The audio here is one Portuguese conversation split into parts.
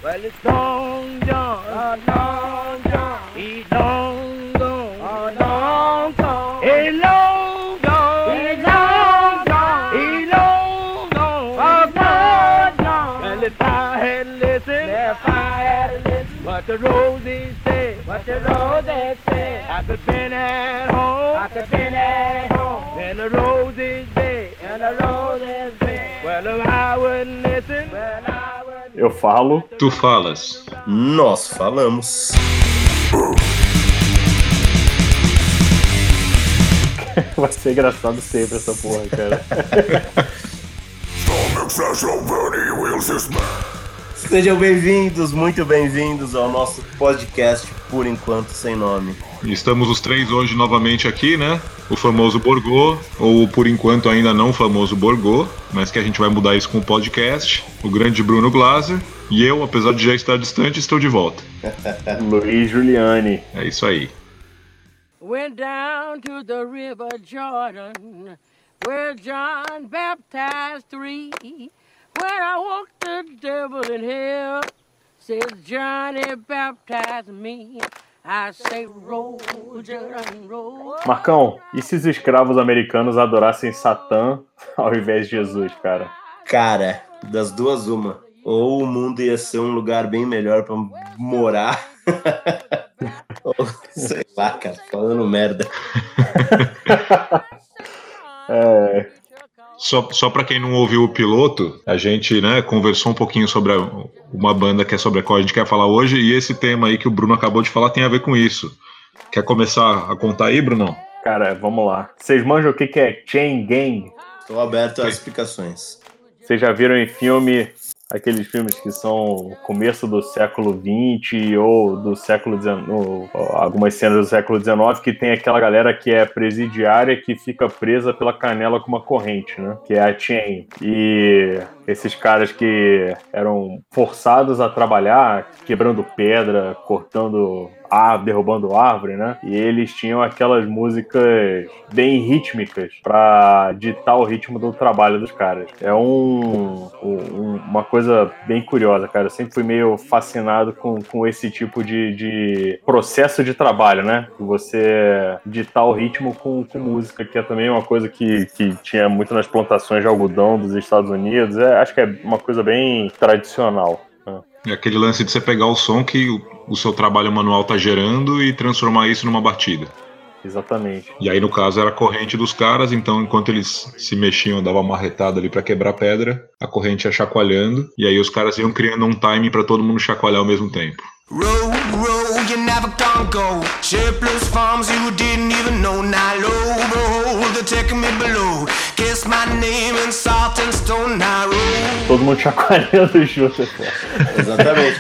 Well, it's Long John, Long John, he's long gone, long gone. Hey, Long John, he's long gone, he's long gone, long gone. Well, if I had listened, what the roses say, I could been at home, and the roses say, well, if I wouldn't listen, Eu falo. Tu falas. Nós falamos. Vai ser engraçado sempre essa porra, cara. Sejam bem-vindos, muito bem-vindos ao nosso podcast Por Enquanto Sem Nome. Estamos os três hoje novamente aqui, né? O famoso Borgô, ou por enquanto ainda não famoso Borgô, mas que a gente vai mudar isso com o podcast. O grande Bruno Glaser. E eu, apesar de já estar distante, estou de volta. Luiz Giuliani. É isso aí. went down to the river Jordan, where John baptized three. When I walked the devil in hell, says Johnny baptized me. I say roll, Jordan, roll. Marcão, e se os escravos americanos adorassem Satã ao invés de Jesus, cara? Cara, das duas uma. Ou o mundo ia ser um lugar bem melhor pra morar. Ou, sei lá, cara, falando merda. Só para quem não ouviu o piloto, a gente, né, conversou um pouquinho sobre uma banda que é sobre a qual a gente quer falar hoje, e esse tema aí que o Bruno acabou de falar tem a ver com isso. Quer começar a contar aí, Bruno? Cara, vamos lá. Vocês manjam o que é Chain Gang? Estou aberto às explicações. Vocês já viram em filme, aqueles filmes que são começo do século XX ou do século XIX, algumas cenas do século XIX, que tem aquela galera que é presidiária que fica presa pela canela com uma corrente, né? Que é a chain. E esses caras que eram forçados a trabalhar, quebrando pedra, cortando derrubando árvore, né? E eles tinham aquelas músicas bem rítmicas pra ditar o ritmo do trabalho dos caras. É uma coisa bem curiosa, cara. Eu sempre fui meio fascinado com esse tipo de processo de trabalho, né? Você ditar o ritmo com música, que é também uma coisa que tinha muito nas plantações de algodão dos Estados Unidos. Acho que é uma coisa bem tradicional. É aquele lance de você pegar o som que o seu trabalho manual tá gerando e transformar isso numa batida. Exatamente. E aí, no caso, era a corrente dos caras, então enquanto eles se mexiam, dava uma marretada ali pra quebrar pedra, a corrente ia chacoalhando, e aí os caras iam criando um timing pra todo mundo chacoalhar ao mesmo tempo. Roll, roll, you never gonna go. Surplus farms you didn't even know. Now low, behold, they're taking me below. Kiss my name in salt and stone. Now roll. Todo mundo chacoalhando junto. Exatamente.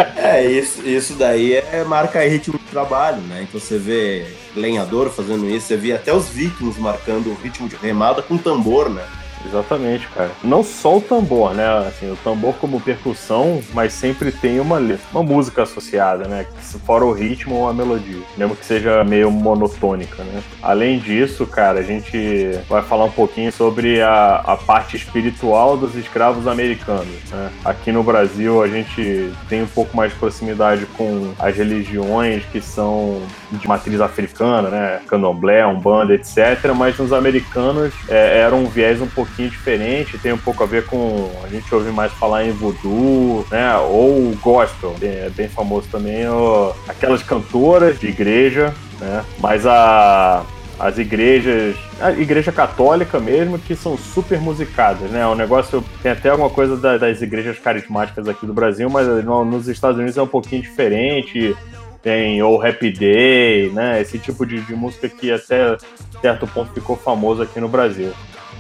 Isso daí marca ritmo de trabalho, né? Então você vê lenhador fazendo isso, você vê até os vikings marcando o ritmo de remada com tambor, né? Exatamente, cara. Não só o tambor, né? Assim, o tambor como percussão, mas sempre tem uma música associada, né? Fora o ritmo ou a melodia, mesmo que seja meio monotônica, né? Além disso, cara, a gente vai falar um pouquinho sobre a parte espiritual dos escravos americanos, né? Aqui no Brasil, a gente tem um pouco mais de proximidade com as religiões que são de matriz africana, né? Candomblé, Umbanda, etc. Mas nos americanos era um viés um pouquinho diferente, tem um pouco a ver com, a gente ouve mais falar em voodoo, né, ou gospel, é bem famoso também, aquelas cantoras de igreja, né, mas as igrejas, a igreja católica mesmo, que são super musicadas, né, o negócio, tem até alguma coisa das igrejas carismáticas aqui do Brasil, mas nos Estados Unidos é um pouquinho diferente, tem o Happy Day, né, esse tipo de música que até certo ponto ficou famoso aqui no Brasil.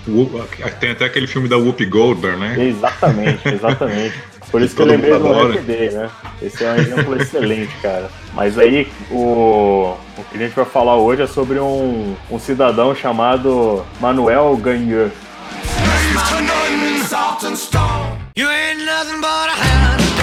Tem até aquele filme da Whoopi Goldberg, né? Exatamente. Por isso que eu lembrei do Happy Day, né? Esse é um exemplo excelente, cara. Mas aí, o que a gente vai falar hoje é sobre um cidadão chamado Manuel Gagneux.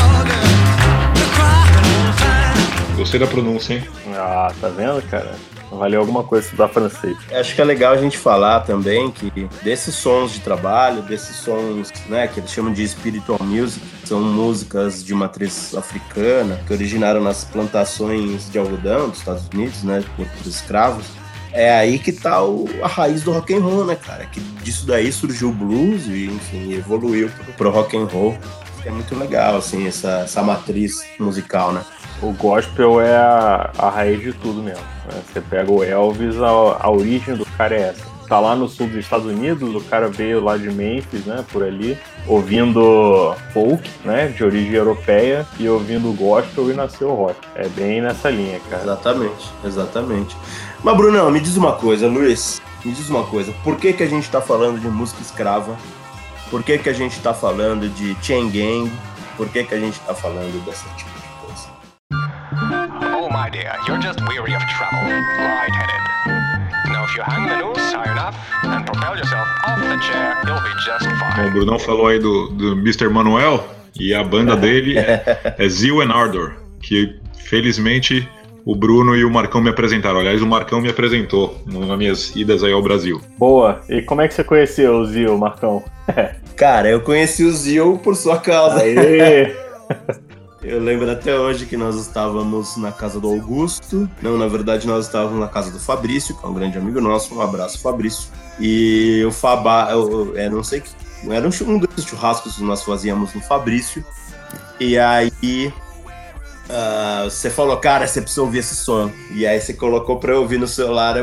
Gostei da pronúncia, hein? Ah, tá vendo, cara? Valeu alguma coisa estudar francês. Acho que é legal a gente falar também que desses sons de trabalho, desses sons, né, que eles chamam de spiritual music, são músicas de matriz africana, que originaram nas plantações de algodão dos Estados Unidos, né, por escravos. É aí que tá a raiz do rock and roll, né, cara? Que disso daí surgiu o blues e, enfim, evoluiu pro rock and roll. É muito legal, assim, essa matriz musical, né? O gospel é a raiz de tudo mesmo, né? Você pega o Elvis, a origem do cara é essa. Tá lá no sul dos Estados Unidos, o cara veio lá de Memphis, né, por ali, ouvindo folk, né, de origem europeia, e ouvindo gospel e nasceu o rock. É bem nessa linha, cara. Exatamente. Mas, Brunão, me diz uma coisa, Luiz, por que a gente tá falando de música escrava? Por que a gente tá falando de chain gang? Por que a gente tá falando dessa tipo de coisa? Oh, my dear, you're just weary of travel, light-headed. Now, if you hang the noose high enough and propel yourself off the chair, you'll be just fine. Bom, o Brunão falou aí do Mr. Manuel, e a banda dele é Zeal and Ardor, que felizmente o Bruno e o Marcão me apresentaram. Aliás, o Marcão me apresentou nas minhas idas aí ao Brasil. Boa. E como é que você conheceu o Zeal, Marcão? Cara, eu conheci o Zeal por sua causa. Aê! Eu lembro até hoje que nós estávamos na casa do Augusto. Não, na verdade, nós estávamos na casa do Fabrício, que é um grande amigo nosso. Um abraço, Fabrício. E o Fabá, não sei, era um desses churrascos que nós fazíamos no Fabrício. E aí você falou, cara, você precisa ouvir esse som. E aí você colocou pra eu ouvir no celular,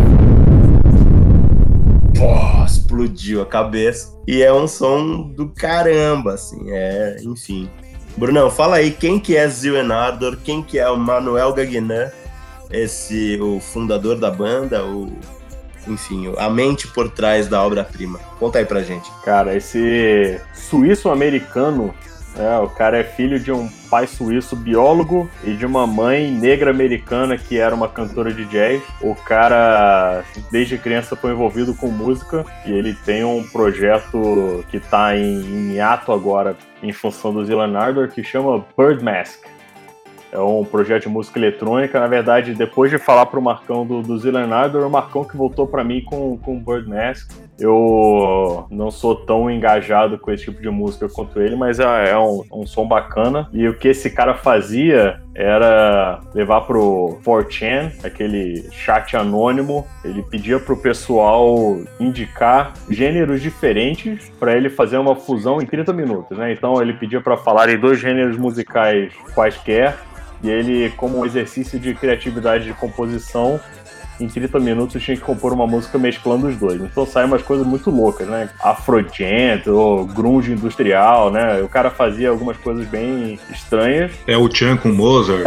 explodiu a cabeça. E é um som do caramba, assim, enfim. Brunão, fala aí, quem que é Zeal and Ardor, quem que é o Manuel Gagnon, o fundador da banda, enfim, a mente por trás da obra-prima. Conta aí pra gente. Cara, esse suíço-americano, o cara é filho de um pai suíço biólogo e de uma mãe negra americana que era uma cantora de jazz. O cara, desde criança, foi envolvido com música e ele tem um projeto que tá em hiato agora em função do Zeal and Ardor, que chama Bird Mask. É um projeto de música eletrônica. Na verdade, depois de falar pro Marcão do Zeal and Ardor, o Marcão que voltou pra mim com Bird Mask. Eu não sou tão engajado com esse tipo de música quanto ele, mas é um som bacana. E o que esse cara fazia era levar pro 4chan, aquele chat anônimo. Ele pedia pro pessoal indicar gêneros diferentes para ele fazer uma fusão em 30 minutos, né? Então ele pedia para falar em 2 gêneros musicais quaisquer, e ele, como um exercício de criatividade de composição, em 30 minutos tinha que compor uma música mesclando os dois. Então saem umas coisas muito loucas, né? Afrodgent, ou grunge industrial, né? O cara fazia algumas coisas bem estranhas. É o Chan com Mozart.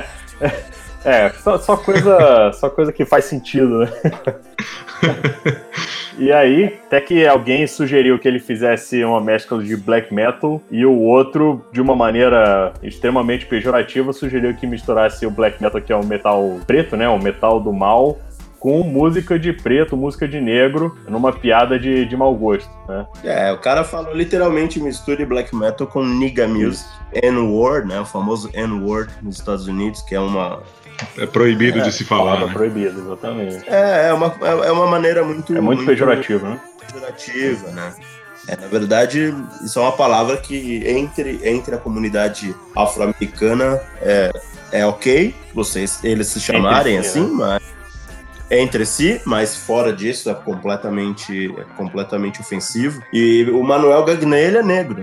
Só coisa que faz sentido, né? E aí, até que alguém sugeriu que ele fizesse uma mescla de black metal, e o outro, de uma maneira extremamente pejorativa, sugeriu que misturasse o black metal, que é o metal preto, né, o metal do mal, com música de preto, música de negro, numa piada de mau gosto, né? O cara falou literalmente misture black metal com nigga music, N-word, né, o famoso N-word nos Estados Unidos, que é uma... É proibido de se falar, né? É proibido, exatamente. É uma maneira muito... É muito pejorativa, né? Pejorativa, né? Na verdade, isso é uma palavra que entre a comunidade afro-americana é ok, eles se chamarem assim, né? Mas entre si, mas fora disso é completamente ofensivo. E o Manuel Gagnon, ele é negro.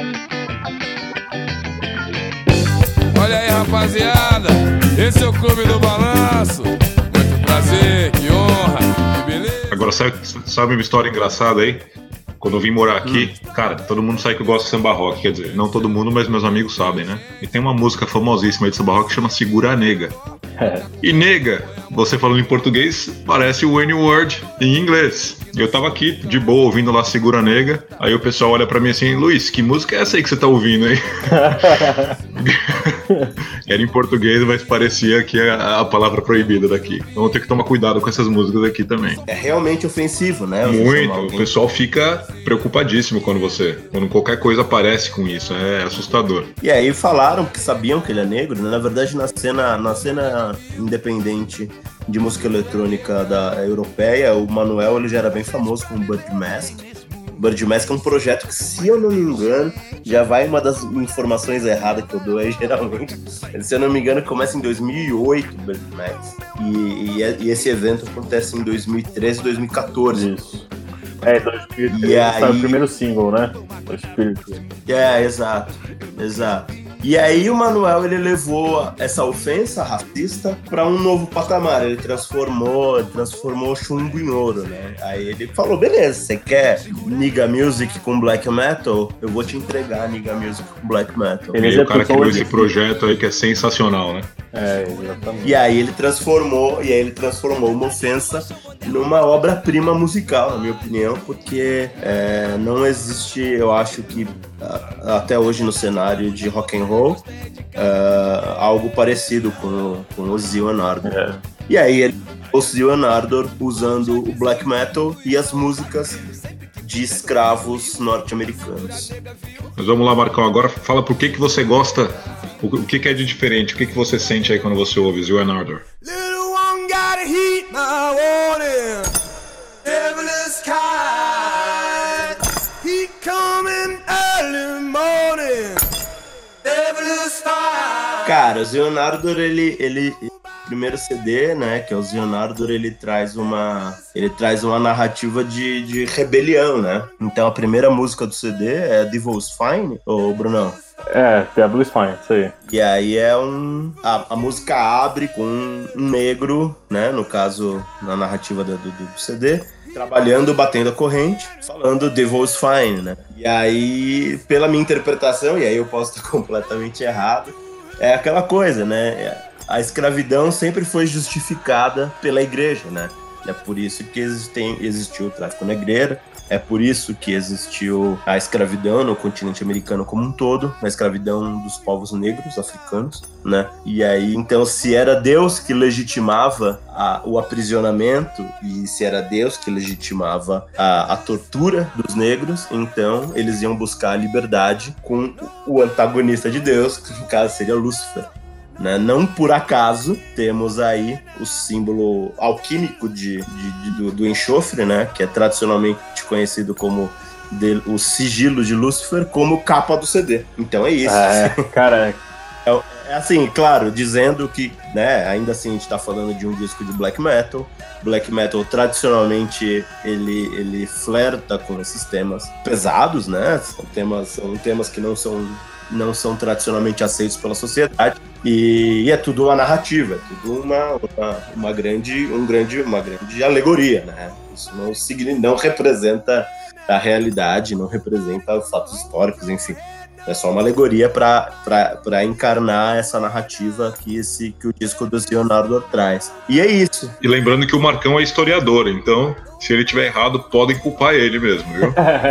Olha aí, rapaziada, esse é o Clube do Balanço. Muito prazer, que honra, que beleza. Agora, sabe uma história engraçada aí? Quando eu vim morar aqui, cara, todo mundo sabe que eu gosto de samba rock. Quer dizer, não todo mundo, mas meus amigos sabem, né? E tem uma música famosíssima aí de samba rock que chama Segura a Nega. E nega, você falando em português, parece o N-word em inglês. Eu tava aqui, de boa, ouvindo lá Segura a Nega. Aí o pessoal olha pra mim assim, Luiz, que música é essa aí que você tá ouvindo aí? Era em português, mas parecia que é a palavra proibida daqui. Então vamos ter que tomar cuidado com essas músicas aqui também. É realmente ofensivo, né? Muito, o pessoal fica preocupadíssimo quando qualquer coisa aparece com isso, é assustador. E aí falaram que sabiam que ele é negro, né? Na verdade na cena independente de música eletrônica europeia. O Manuel ele já era bem famoso com o Bird Mask. Bird Mask é um projeto que, se eu não me engano, já vai uma das informações erradas que eu dou aí, geralmente. Se eu não me engano, começa em 2008, o Bird Mask. E esse evento acontece em 2013 e 2014. Isso. 2013 saiu o primeiro single, né? O Espírito. Exato. E aí o Manuel, ele levou essa ofensa racista para um novo patamar. Ele transformou chumbo em ouro, né? Aí ele falou, beleza, você quer nigga music com black metal? Eu vou te entregar nigga music com black metal. E o cara criou esse projeto aí que é sensacional, né? Exatamente. E aí ele transformou uma ofensa numa obra-prima musical, na minha opinião, porque não existe, eu acho que até hoje no cenário de rock and roll, algo parecido com o Zillan Ardor. E aí ele o Zillan Ardor usando o black metal e as músicas de escravos norte-americanos. Mas vamos lá, Marcão, agora fala por que você gosta, o que é de diferente, o que você sente aí quando você ouve Zillan Ardor? Little one gotta heat my warning. Devilish kind. He coming early morning. Devilish fire. Cara, o Zillan Ardor, ele primeiro CD, né, que é o Zillan Ardor, ele traz uma narrativa de rebelião, né? Então a primeira música do CD é Devil's Fine, ô Brunão? Devil's Fine, isso aí. E aí a música abre com um negro, né, no caso, na narrativa do CD, trabalhando, batendo a corrente, falando Devil's Fine, né? E aí, pela minha interpretação, e aí eu posso estar completamente errado, é aquela coisa, né? A escravidão sempre foi justificada pela igreja, né? É por isso que existiu o tráfico negreiro, é por isso que existiu a escravidão no continente americano como um todo, a escravidão dos povos negros africanos, né? E aí, então, se era Deus que legitimava o aprisionamento e se era Deus que legitimava a tortura dos negros, então eles iam buscar a liberdade com o antagonista de Deus, que no caso seria Lúcifer. Né? Não por acaso temos aí o símbolo alquímico do enxofre, né? Que é tradicionalmente conhecido como o sigilo de Lúcifer, como capa do CD. Então é isso. Cara, é assim, claro, dizendo que, né, ainda assim a gente tá falando de um disco de black metal. Black metal tradicionalmente ele flerta com esses temas pesados, né? São temas que não são tradicionalmente aceitos pela sociedade, e é tudo uma narrativa, é tudo uma grande alegoria, né? Isso não representa a realidade, não representa fatos históricos, enfim. É só uma alegoria para encarnar essa narrativa que o disco do Zillan Ardor traz. E é isso. E lembrando que o Marcão é historiador, então, se ele estiver errado, podem culpar ele mesmo, viu?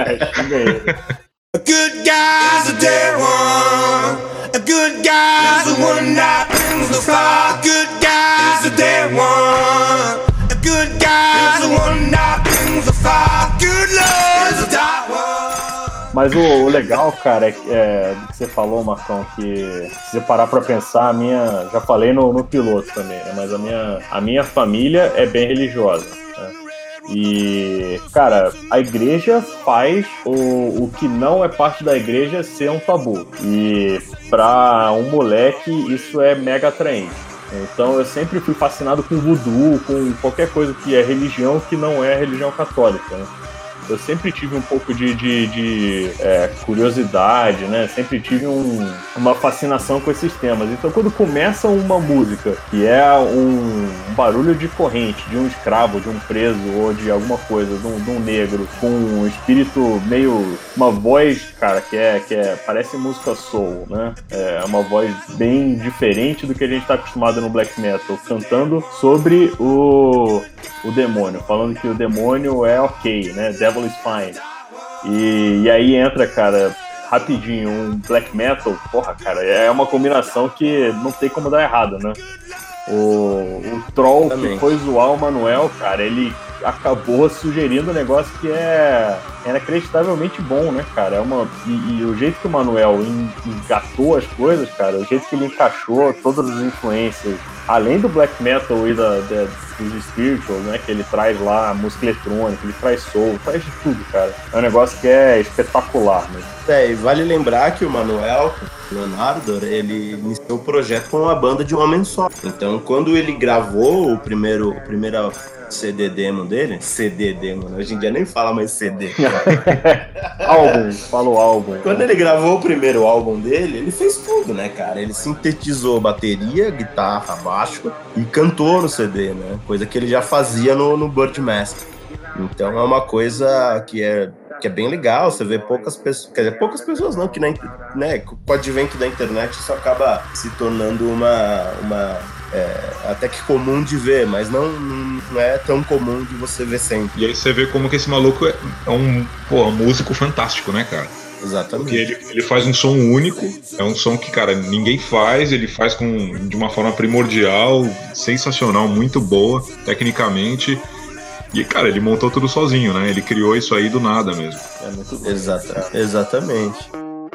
A good guy's a dead one. A good guy's the one that brings the fire. A good guy's a dead one. A good guy's the one that brings the fire. Good love's a dead one. Mas o legal, cara, é do que você falou, Marcão, que se você parar pra pensar, já falei no piloto também, né? Mas a minha família é bem religiosa, né? E, cara, a igreja faz o que não é parte da igreja ser um tabu. E pra um moleque isso é mega atraente. Então eu sempre fui fascinado com voodoo, com qualquer coisa que é religião que não é religião católica, né? Eu sempre tive um pouco de curiosidade, né? Sempre tive uma fascinação com esses temas. Então, quando começa uma música que é um barulho de corrente, de um escravo, de um preso ou de alguma coisa, de um negro, com um espírito meio... uma voz, cara, que parece música soul, né? É uma voz bem diferente do que a gente está acostumado no black metal, cantando sobre o demônio, falando que o demônio é ok, né? Devil is fine. E aí entra, cara, rapidinho, um black metal, porra, cara, é uma combinação que não tem como dar errado, né? O troll também, que foi zoar o Manuel, cara, ele acabou sugerindo um negócio que é inacreditavelmente bom, né, cara? E o jeito que o Manuel engatou as coisas, cara, o jeito que ele encaixou todas as influências além do black metal e dos spirituals, né, que ele traz lá música eletrônica, ele traz soul, traz de tudo, cara. É um negócio que é espetacular, né? E vale lembrar que o Manuel Leonardo, ele iniciou o projeto com uma banda de um homem só. Então, quando ele gravou o primeiro CD demo dele, né? Hoje em dia nem fala mais CD. Falou álbum. Quando ele gravou o primeiro álbum dele, ele fez tudo, né, cara? Ele sintetizou bateria, guitarra, baixo e cantou no CD, né? Coisa que ele já fazia no Birdmaster. Então é uma coisa que é bem legal. Você vê poucas pessoas, quer dizer, poucas pessoas não, que né, com o advento da internet isso acaba se tornando uma até que comum de ver, mas não é tão comum de você ver sempre. E aí você vê como que esse maluco é um músico fantástico, né, cara? Exatamente. Porque ele faz um som único, é um som que, cara, ninguém faz, ele faz de uma forma primordial, sensacional, muito boa, tecnicamente. E, cara, ele montou tudo sozinho, né? Ele criou isso aí do nada mesmo. É muito bom. Exatamente.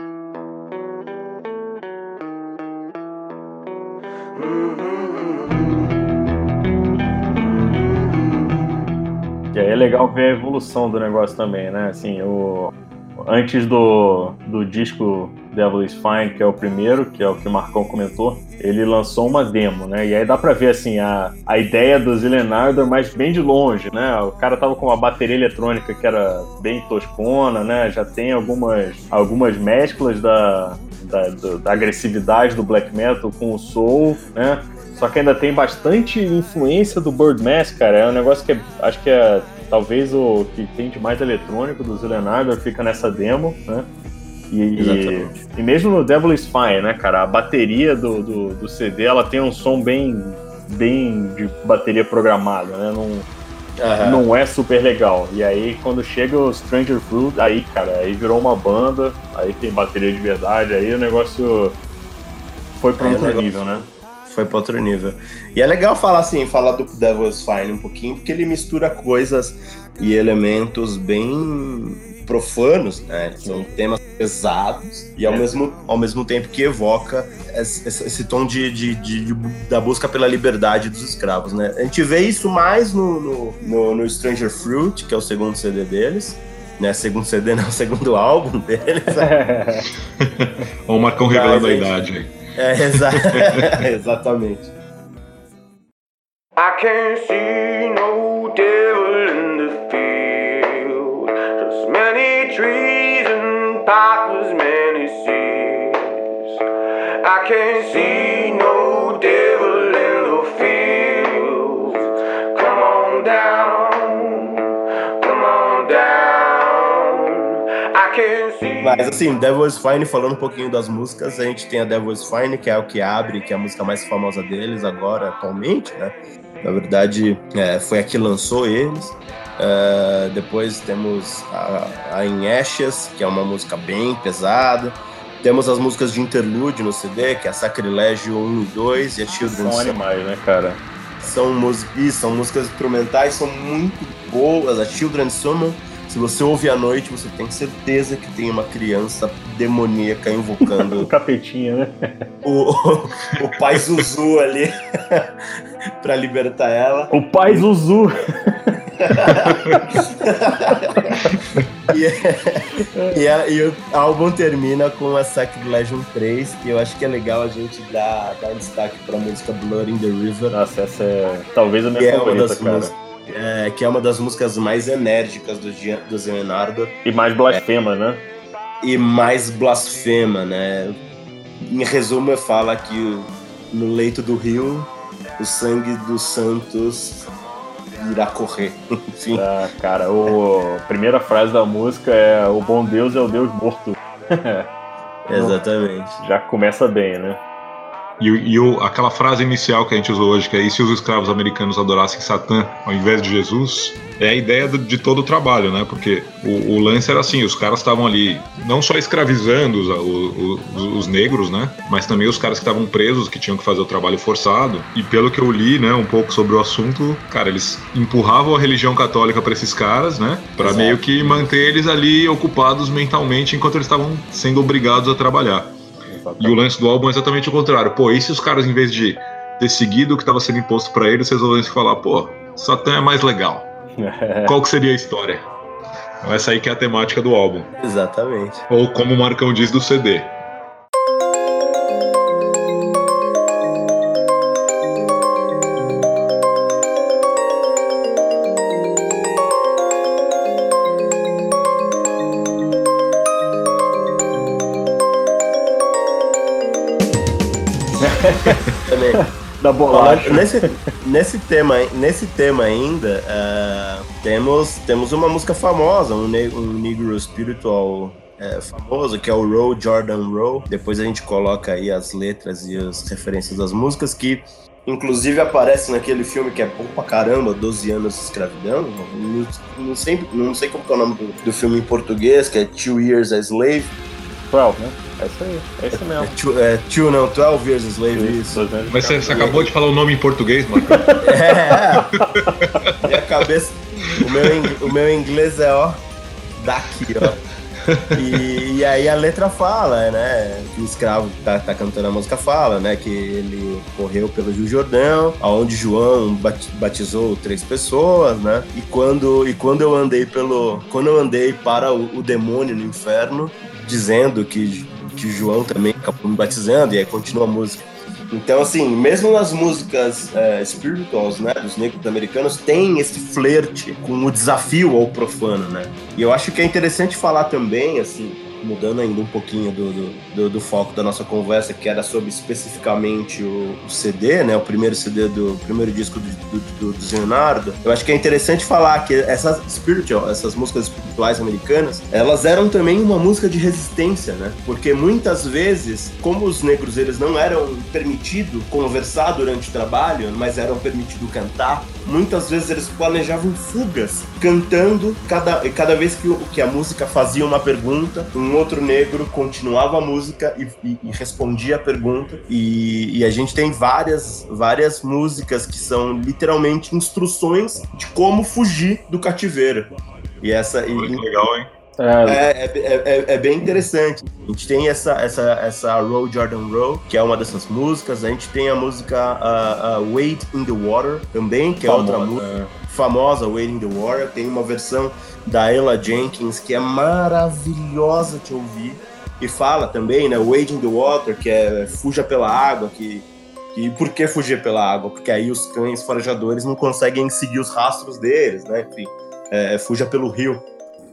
E aí é legal ver a evolução do negócio também, né? Assim, antes do disco Devil is Fine, que é o primeiro, que é o que o Marcão comentou, ele lançou uma demo, né? E aí dá pra ver, assim, a ideia do Zielenarder, mas bem de longe, né? O cara tava com uma bateria eletrônica que era bem toscona, né? Já tem algumas mesclas da agressividade do black metal com o soul, né? Só que ainda tem bastante influência do Birdmaster, cara. É um negócio que acho que é talvez o que tem de mais eletrônico do Zielenarder fica nessa demo, né? E mesmo no Devil is Fine, né, cara? A bateria do CD, ela tem um som bem de bateria programada, né? Não é super legal. E aí, quando chega o Stranger Fruit, aí, cara, aí virou uma banda, aí tem bateria de verdade, aí o negócio foi para outro nível, né? Foi para outro nível. E é legal falar do Devil is Fine um pouquinho, porque ele mistura coisas e elementos bem profanos, né? São temas pesados e ao mesmo tempo que evoca esse tom da busca pela liberdade dos escravos, né? A gente vê isso mais no Stranger Fruit, que é o segundo CD deles, né? Segundo CD não, segundo álbum deles. Olha o Marcão revelando a idade aí. Exatamente. I can't see no devil in the field, just many trees and poplars, many seeds. I can't see no devil in the field. Come on down, come on down. I can't see. Mas assim, Devil is Fine, falando um pouquinho das músicas, a gente tem a Devil is Fine, que é o que abre, que é a música mais famosa deles agora, atualmente, né? Na verdade, foi a que lançou eles. Depois temos a In Ashes, que é uma música bem pesada. Temos as músicas de interlúdio no CD, que é a Sacrilégio 1 e 2 e a Children's Song. São animais, né, cara? São músicas instrumentais, são muito boas. A Children's Summon, se você ouve à noite, você tem certeza que tem uma criança demoníaca invocando o capetinha, né? O pai Zuzu ali pra libertar ela. O pai Zuzu! E o álbum termina com a Sacrilégio 3, que eu acho que é legal a gente dar um destaque pra música Blood in the River. Nossa, essa é talvez a minha favorita, cara. Que é uma das músicas mais enérgicas do Zielenarder. E mais blasfema, né? E mais blasfema, né? Em resumo, fala que no leito do rio, o sangue dos santos irá correr. Enfim. Cara, a primeira frase da música é: o bom Deus é o Deus morto. Exatamente. Já começa bem, né? E aquela frase inicial que a gente usou hoje, que é: e se os escravos americanos adorassem Satã ao invés de Jesus? É a ideia de todo o trabalho, né? Porque o lance era assim: os caras estavam ali não só escravizando os negros, né? Mas também os caras que estavam presos, que tinham que fazer o trabalho forçado. E pelo que eu li, né, um pouco sobre o assunto, cara, eles empurravam a religião católica para esses caras, né? Para meio que manter eles ali ocupados mentalmente enquanto eles estavam sendo obrigados a trabalhar. E o lance do álbum é exatamente o contrário. Pô, e se os caras, em vez de ter seguido o que estava sendo imposto para eles, resolvessem falar, pô, Satã é mais legal. Qual que seria a história? Essa aí que é a temática do álbum. Exatamente. Ou como o Marcão diz, do CD. Também. Da bolacha. Nesse tema ainda, temos uma música famosa, um negro spiritual famoso, que é o Roe Jordan Roe. Depois a gente coloca aí as letras e as referências das músicas, que inclusive aparece naquele filme que é pouco pra caramba, 12 anos de escravidão. Não sei como que é o nome do filme em português, que é 2 Years a Slave. 12, né? É isso aí, é isso mesmo. 12 Years a Slave, isso. Mas você acabou de falar o nome em português, Marcão? Minha cabeça, o meu inglês é, daqui, E aí a letra fala, né, que o escravo que tá cantando a música fala, né, que ele correu pelo Rio Jordão, aonde João batizou 3 pessoas, né, e quando eu andei para o demônio no inferno, dizendo que João também acabou me batizando, e aí continua a música. Então, assim, mesmo nas músicas spirituals, né, dos negros americanos, tem esse flerte com o desafio ao profano, né? E eu acho que é interessante falar também, assim, mudando ainda um pouquinho do foco da nossa conversa, que era sobre especificamente o CD, né, o primeiro CD do primeiro disco do Leonardo. Eu acho que é interessante falar que essas músicas espirituais americanas, elas eram também uma música de resistência, né, porque muitas vezes, como os negros eles não eram permitidos conversar durante o trabalho, mas eram permitidos cantar, muitas vezes eles planejavam fugas, cantando cada vez que a música fazia uma pergunta, um outro negro continuava a música e respondia a pergunta, e a gente tem várias músicas que são literalmente instruções de como fugir do cativeiro. E essa que legal, hein? É bem interessante. A gente tem essa Roe Jordan Roe, que é uma dessas músicas. A gente tem a música Wade in the Water também, que é outra música famosa, Wade in the Water. Tem uma versão da Ella Jenkins que é maravilhosa de ouvir, e fala também, né, Wade in the Water, que é fuja pela água, e por que fugir pela água? Porque aí os cães farejadores não conseguem seguir os rastros deles, né? Enfim, fuja pelo rio.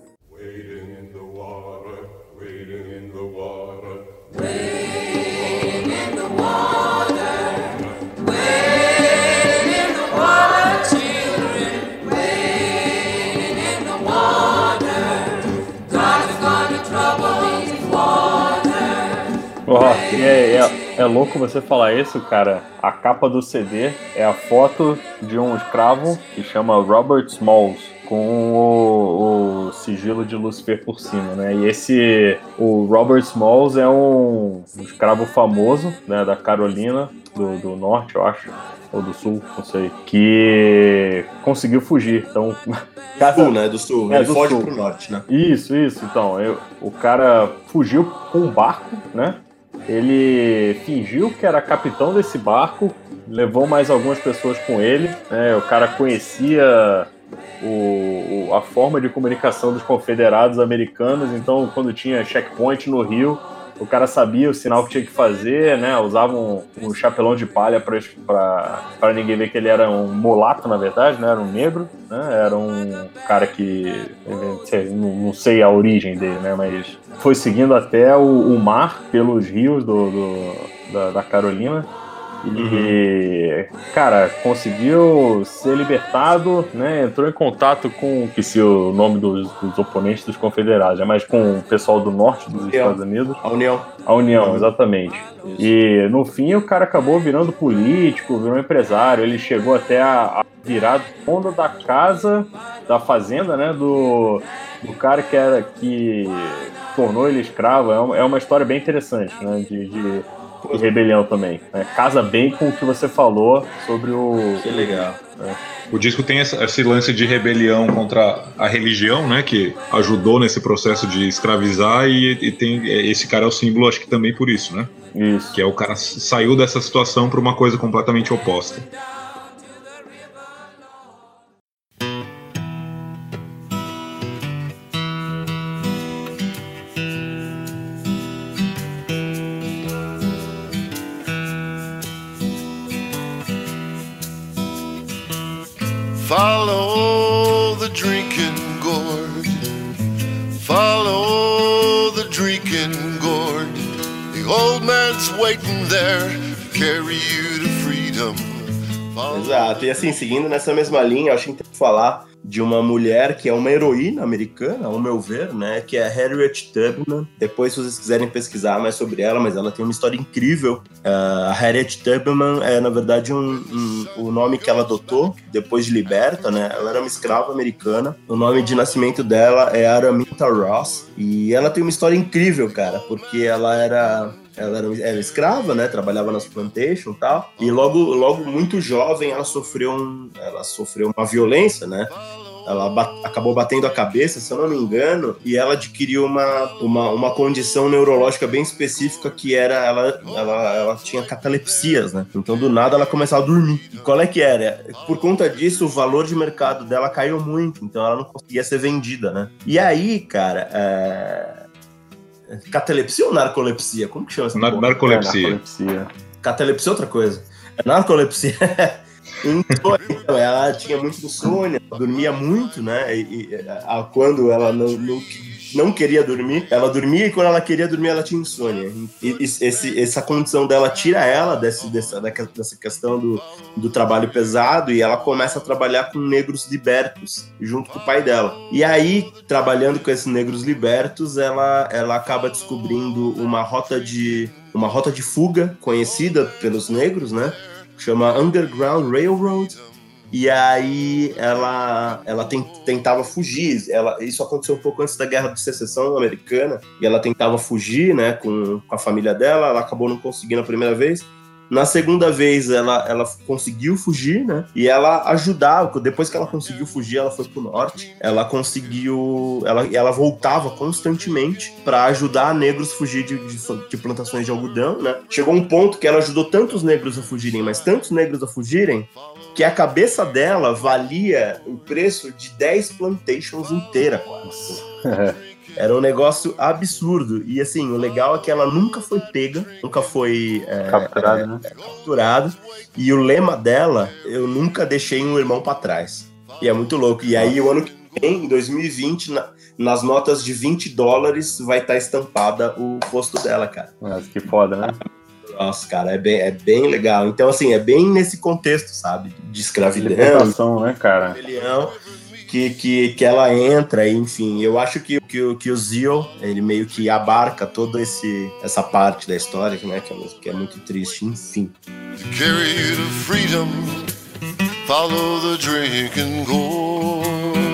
É louco você falar isso, cara. A capa do CD é a foto de um escravo que chama Robert Smalls, com o sigilo de Lucifer por cima, né? E o Robert Smalls é um escravo famoso, né, da Carolina do Norte, eu acho, ou do Sul, não sei, que conseguiu fugir. Então, Sul, né? Do Sul. Ele foge pro Norte, né? Isso. Então, o cara fugiu com um barco, né? Ele fingiu que era capitão desse barco, levou mais algumas pessoas com ele, né? O cara conhecia a forma de comunicação dos confederados americanos, então quando tinha checkpoint no Rio, o cara sabia o sinal que tinha que fazer, né? Usava um chapelão de palha para ninguém ver que ele era um mulato, na verdade, né? Era um negro, né? Era um cara que não sei a origem dele, né? Mas foi seguindo até o mar pelos rios da Carolina. E, cara, conseguiu ser libertado, né? Entrou em contato com, que se o nome dos oponentes dos confederados, mas com o pessoal do norte dos Estados Unidos. A União, exatamente. Isso. E no fim o cara acabou virando político, virou empresário. Ele chegou até a virar dono da casa, da fazenda, né? Do cara que tornou ele escravo. É uma história bem interessante, né? e rebelião também. Casa bem com o que você falou sobre o... Que legal. O disco tem esse lance de rebelião contra a religião, né, que ajudou nesse processo de escravizar, e tem esse cara é o símbolo, acho que também por isso, né? Isso. Que é o cara saiu dessa situação para uma coisa completamente oposta. Follow the drinking gourd. Follow the drinking gourd. The old man's waiting there to carry you to freedom. Exato, e assim, seguindo nessa mesma linha, eu acho que tem que falar de uma mulher que é uma heroína americana, ao meu ver, né, que é a Harriet Tubman. Depois, se vocês quiserem pesquisar mais sobre ela, mas ela tem uma história incrível. A Harriet Tubman é, na verdade, o nome que ela adotou depois de liberta, né? Ela era uma escrava americana. O nome de nascimento dela é Araminta Ross. E ela tem uma história incrível, cara, porque ela era escrava, né? Trabalhava nas plantations e tal. E logo muito jovem, ela sofreu uma violência, né? Ela acabou batendo a cabeça, se eu não me engano, e ela adquiriu uma condição neurológica bem específica, que era, ela tinha catalepsias, né? Então, do nada, ela começava a dormir. E qual é que era? Por conta disso, o valor de mercado dela caiu muito, então ela não conseguia ser vendida, né? E aí, cara, catalepsia ou narcolepsia? Como que chama essa porra? Narcolepsia. Catalepsia é outra coisa. Narcolepsia. Então, ela tinha muito insônia, ela dormia muito, né? Quando ela não queria dormir, ela dormia, e quando ela queria dormir, ela tinha insônia. Essa condição dela tira ela dessa questão do trabalho pesado, e ela começa a trabalhar com negros libertos, junto com o pai dela. E aí, trabalhando com esses negros libertos, ela acaba descobrindo uma rota de fuga conhecida pelos negros, né? Chama Underground Railroad. E aí ela tentava fugir. Isso aconteceu um pouco antes da Guerra de Secessão Americana, e ela tentava fugir, né, com a família dela. Ela acabou não conseguindo a primeira vez. Na segunda vez, ela conseguiu fugir, né? E ela ajudava. Depois que ela conseguiu fugir, ela foi pro norte. Ela conseguiu... Ela voltava constantemente para ajudar negros a fugir de plantações de algodão, né? Chegou um ponto que ela ajudou tantos negros a fugirem, mas tantos negros a fugirem, que a cabeça dela valia o preço de 10 plantations inteiras, quase. Era um negócio absurdo. E assim, o legal é que ela nunca foi pega, nunca foi capturada. E o lema dela, eu nunca deixei um irmão pra trás. E é muito louco. E aí, o ano que vem, em 2020, nas notas de $20, vai estar estampada o rosto dela, cara. Nossa, que foda, né? Nossa, cara, é bem legal. Então, assim, é bem nesse contexto, sabe? De escravidão, né, cara? Rebelião. Que ela entra, enfim, eu acho que o Zio, ele meio que abarca toda essa parte da história, né, que é muito triste, enfim. Carry you to freedom, follow the drinking gourd.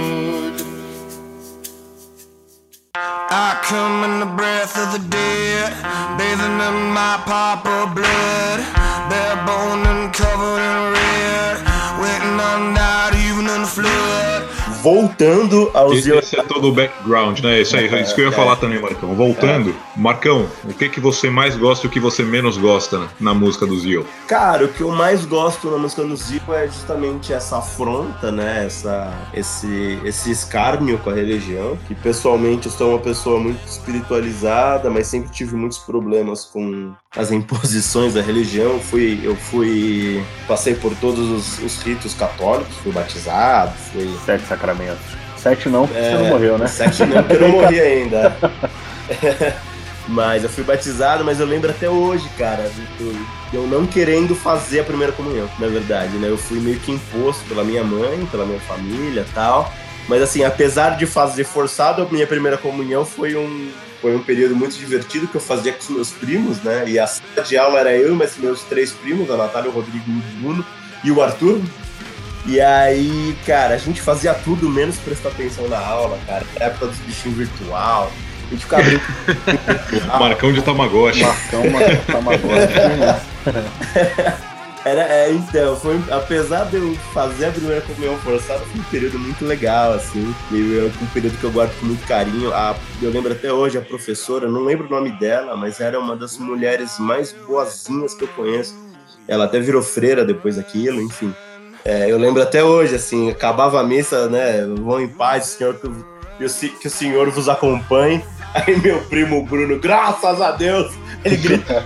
I come in the breath of the dead, bathing in my papa blood, bare bone and covered in red, waiting on night, even in the flood. Voltando ao Zio. Esse é todo o background, né? Isso aí, isso que eu ia falar também, Marcão. Voltando, Marcão, o que você mais gosta e o que você menos gosta na música do Zio? Cara, o que eu mais gosto na música do Zio é justamente essa afronta, né? Esse escárnio com a religião, que pessoalmente eu sou uma pessoa muito espiritualizada, mas sempre tive muitos problemas com as imposições da religião. Passei por todos os ritos católicos, fui batizado, 7 sacramentos. 7 não, porque você não morreu, né? 7 não, porque eu não morri ainda. Mas eu fui batizado, mas eu lembro até hoje, cara, de eu não querendo fazer a primeira comunhão, na verdade, né? Eu fui meio que imposto pela minha mãe, pela minha família e tal. Mas assim, apesar de fazer forçado, a minha primeira comunhão foi um período muito divertido, que eu fazia com os meus primos, né? E a sala de aula era eu e meus 3 primos, a Natália, o Rodrigo, o Bruno e o Arthur. E aí, cara, a gente fazia tudo menos prestar atenção na aula, cara. Era a época dos bichinhos virtual. A gente ficava brincando. Marcão de Tamagotchi. Tamagotchi. Então, apesar de eu fazer a primeira comunhão forçada, foi um período muito legal, assim. Um período que eu guardo com muito carinho. Eu lembro até hoje a professora, não lembro o nome dela, mas era uma das mulheres mais boazinhas que eu conheço. Ela até virou freira depois daquilo, enfim. Eu lembro até hoje, assim, acabava a missa, né? Vão em paz, senhor, que o Senhor vos acompanhe. Aí meu primo Bruno, graças a Deus, ele gritou,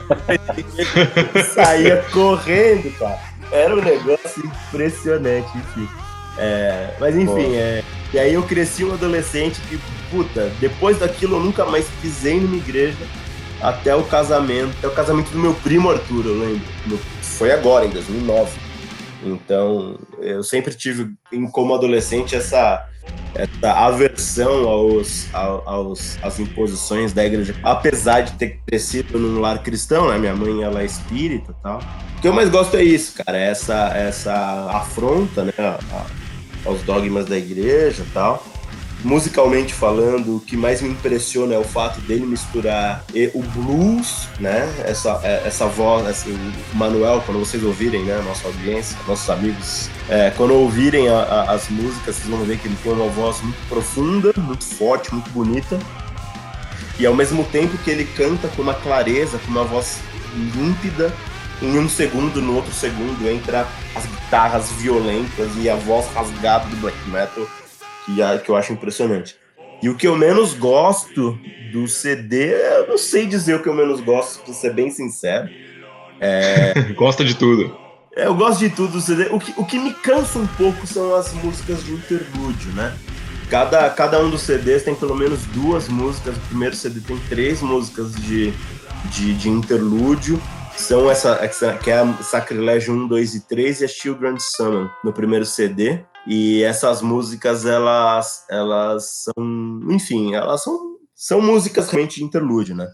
saía correndo, cara. Era um negócio impressionante, enfim. Mas enfim, e aí eu cresci um adolescente que, puta, depois daquilo eu nunca mais pisei numa igreja até o casamento do meu primo Arthur, eu lembro. Foi agora, em 2009. Então, eu sempre tive, como adolescente, essa aversão às imposições da igreja, apesar de ter crescido num lar cristão, né? Minha mãe, ela é espírita e tal. O que eu mais gosto é isso, cara, essa afronta, né, aos dogmas da igreja e tal. Musicalmente falando, o que mais me impressiona é o fato dele misturar o blues, né? Essa voz, assim, o Manuel, quando vocês ouvirem, né, nossa audiência, nossos amigos, quando ouvirem as músicas, vocês vão ver que ele tem uma voz muito profunda, muito forte, muito bonita. E ao mesmo tempo que ele canta com uma clareza, com uma voz límpida, em um segundo, no outro segundo, entra as guitarras violentas e a voz rasgada do black metal, que eu acho impressionante. E o que eu menos gosto do CD, eu não sei dizer o que eu menos gosto, pra ser bem sincero. Gosta de tudo. Eu gosto de tudo do CD. O que me cansa um pouco são as músicas de interlúdio, né? Cada um dos CDs tem pelo menos 2 músicas. O primeiro CD tem 3 músicas de interlúdio. São que é a Sacrilégio 1, 2 e 3 e a Children's Summon no primeiro CD. E essas músicas, elas são, enfim, elas são músicas realmente de interlúdio, né?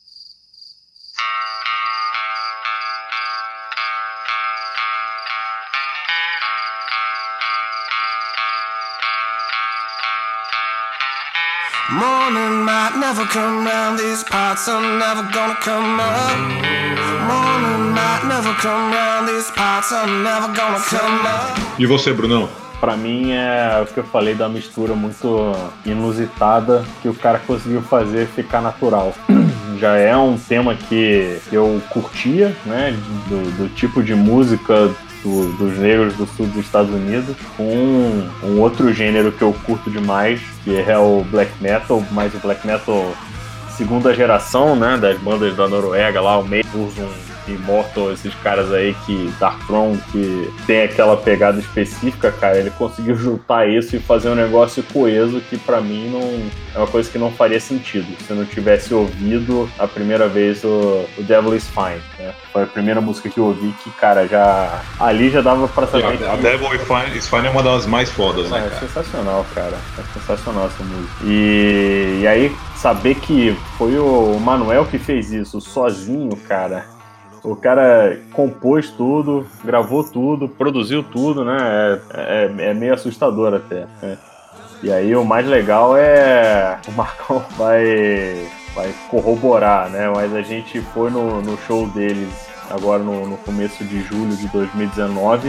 Morning might never come round, these parts are never gonna come up. Morning might never come round, these parts are never gonna come up. E você, Brunão? Pra mim é o que eu falei da mistura muito inusitada que o cara conseguiu fazer ficar natural. Já é um tema que eu curtia, né, do tipo de música dos negros do sul dos Estados Unidos, com um outro gênero que eu curto demais, que é o black metal, mas o black metal segunda geração, né, das bandas da Noruega lá, o Mayhem, Immortal, esses caras aí que Darkthrone, que tem aquela pegada específica, cara, ele conseguiu juntar isso e fazer um negócio coeso que pra mim não é uma coisa que não faria sentido se eu não tivesse ouvido a primeira vez o Devil is Fine, né? Foi a primeira música que eu ouvi que, cara, ali já dava pra saber. A Devil is Fine é uma das mais fodas, né, cara? É sensacional, cara. É sensacional essa música. E aí, saber que foi o Manuel que fez isso sozinho, cara. O cara compôs tudo, gravou tudo, produziu tudo, né? É meio assustador até, né? E aí o mais legal é o Marcão vai corroborar, né? Mas a gente foi no show deles agora no começo de julho de 2019.